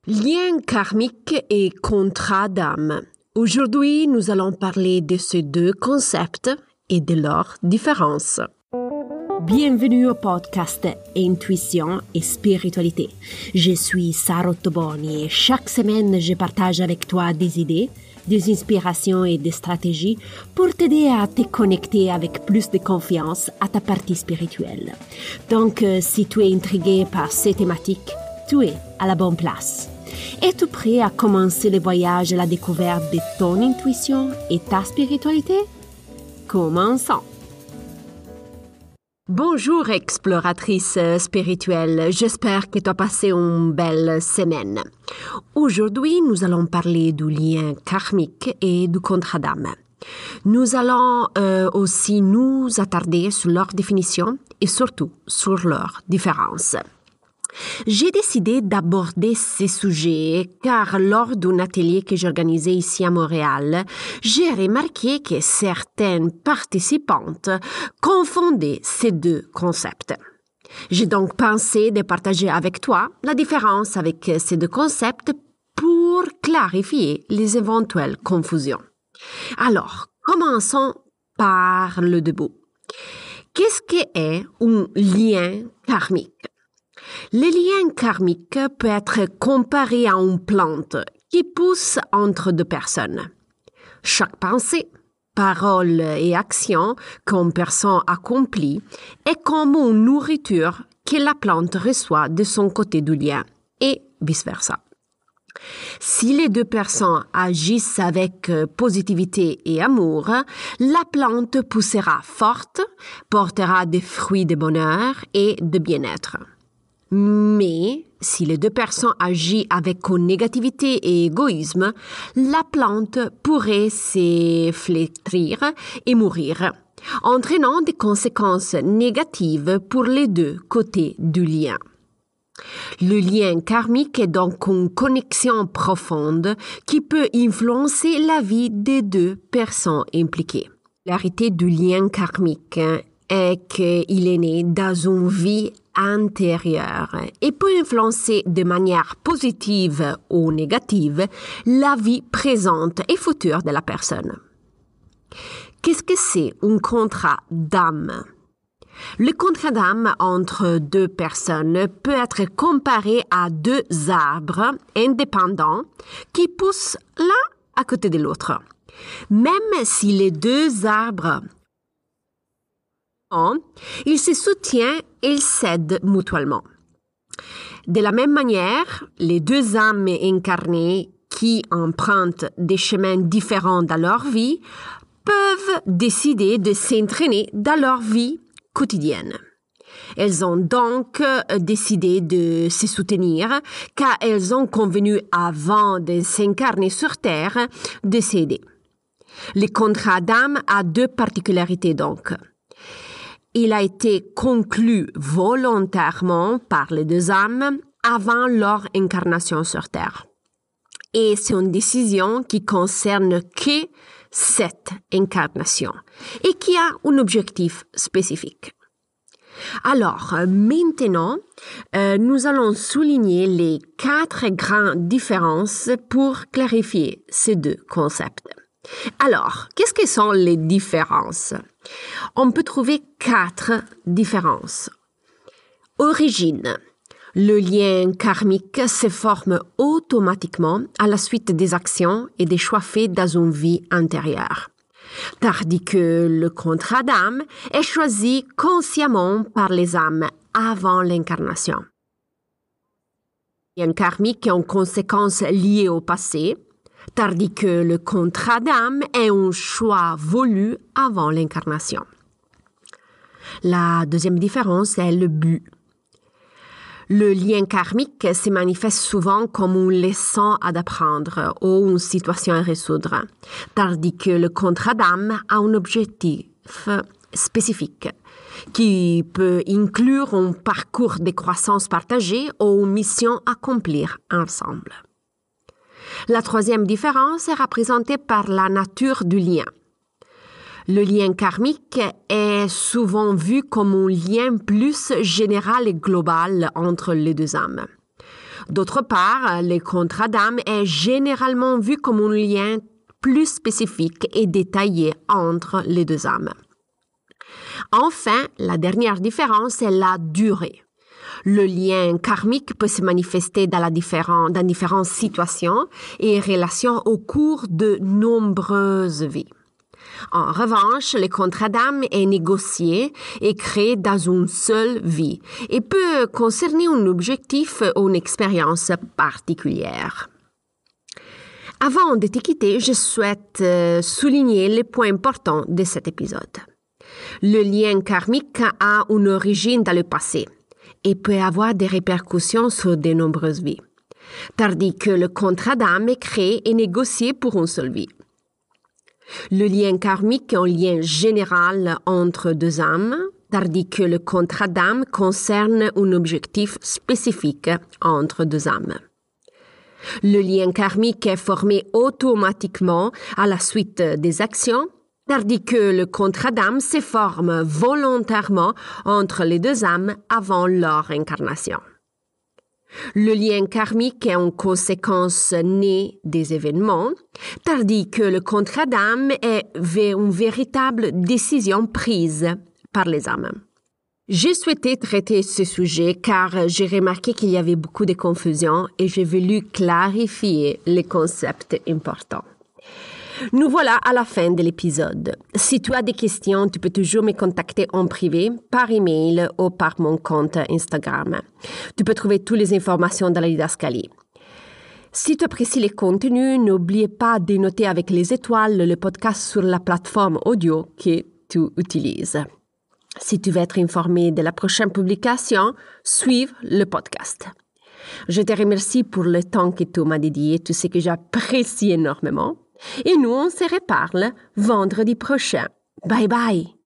Lien karmique et contrat d'âme. Aujourd'hui, nous allons parler de ces deux concepts et de leurs différences. Bienvenue au podcast Intuition et Spiritualité. Je suis Sarah Ottoboni et chaque semaine, je partage avec toi des idées, des inspirations et des stratégies pour t'aider à te connecter avec plus de confiance à ta partie spirituelle. Donc, si tu es intrigué par ces thématiques, tu es à la bonne place. Es-tu prêt à commencer le voyage à la découverte de ton intuition et ta spiritualité? Commençons! Bonjour exploratrice spirituelle, j'espère que tu as passé une belle semaine. Aujourd'hui, nous allons parler du lien karmique et du contrat d'âme. Nous allons aussi nous attarder sur leur définition et surtout sur leurs différences. J'ai décidé d'aborder ces sujets car lors d'un atelier que j'organisais ici à Montréal, j'ai remarqué que certaines participantes confondaient ces deux concepts. J'ai donc pensé de partager avec toi la différence avec ces deux concepts pour clarifier les éventuelles confusions. Alors, commençons par le début. Qu'est-ce qu'est un lien karmique? Le lien karmique peut être comparé à une plante qui pousse entre deux personnes. Chaque pensée, parole et action qu'une personne accomplit est comme une nourriture que la plante reçoit de son côté du lien et vice-versa. Si les deux personnes agissent avec positivité et amour, la plante poussera forte, portera des fruits de bonheur et de bien-être. Mais si les deux personnes agissent avec négativité et égoïsme, la plante pourrait se flétrir et mourir, entraînant des conséquences négatives pour les deux côtés du lien. Le lien karmique est donc une connexion profonde qui peut influencer la vie des deux personnes impliquées. La réalité du lien karmique est qu'il est né dans une vie antérieure et peut influencer de manière positive ou négative la vie présente et future de la personne. Qu'est-ce que c'est un contrat d'âme? Le contrat d'âme entre deux personnes peut être comparé à deux arbres indépendants qui poussent l'un à côté de l'autre. Même si les deux arbres ils se soutiennent et ils s'aident mutuellement. De la même manière, les deux âmes incarnées qui empruntent des chemins différents dans leur vie peuvent décider de s'entraîner dans leur vie quotidienne. Elles ont donc décidé de se soutenir car elles ont convenu avant de s'incarner sur Terre de s'aider. Le contrat d'âme a deux particularités donc. Il a été conclu volontairement par les deux âmes avant leur incarnation sur Terre. Et c'est une décision qui concerne que cette incarnation et qui a un objectif spécifique. Alors, maintenant, nous allons souligner les 4 grandes différences pour clarifier ces deux concepts. Alors, qu'est-ce que sont les différences? On peut trouver 4 différences. Origine. Le lien karmique se forme automatiquement à la suite des actions et des choix faits dans une vie antérieure, tandis que le contrat d'âme est choisi consciemment par les âmes avant l'incarnation. Le lien karmique est en conséquence lié au passé, tandis que le contrat d'âme est un choix voulu avant l'incarnation. La deuxième différence est le but. Le lien karmique se manifeste souvent comme une leçon à apprendre ou une situation à résoudre, tandis que le contrat d'âme a un objectif spécifique qui peut inclure un parcours de croissance partagée ou une mission à accomplir ensemble. La troisième différence est représentée par la nature du lien. Le lien karmique est souvent vu comme un lien plus général et global entre les deux âmes. D'autre part, le contrat d'âme est généralement vu comme un lien plus spécifique et détaillé entre les deux âmes. Enfin, la dernière différence est la durée. Le lien karmique peut se manifester dans différentes situations et relations au cours de nombreuses vies. En revanche, le contrat d'âme est négocié et créé dans une seule vie et peut concerner un objectif ou une expérience particulière. Avant de te quitter, je souhaite souligner les points importants de cet épisode. Le lien karmique a une origine dans le passé et peut avoir des répercussions sur de nombreuses vies, tandis que le contrat d'âme est créé et négocié pour une seule vie. Le lien karmique est un lien général entre deux âmes, tandis que le contrat d'âme concerne un objectif spécifique entre deux âmes. Le lien karmique est formé automatiquement à la suite des actions, tandis que le contrat d'âme se forme volontairement entre les deux âmes avant leur incarnation. Le lien karmique est en conséquence né des événements, tandis que le contrat d'âme est une véritable décision prise par les âmes. J'ai souhaité traiter ce sujet car j'ai remarqué qu'il y avait beaucoup de confusion et j'ai voulu clarifier les concepts importants. Nous voilà à la fin de l'épisode. Si tu as des questions, tu peux toujours me contacter en privé, par email ou par mon compte Instagram. Tu peux trouver toutes les informations dans la didascalie. Si tu apprécies les contenus, n'oublie pas de noter avec les étoiles le podcast sur la plateforme audio que tu utilises. Si tu veux être informé de la prochaine publication, suive le podcast. Je te remercie pour le temps que tu m'as dédié, tout ce que j'apprécie énormément. Et nous, on se reparle vendredi prochain. Bye bye!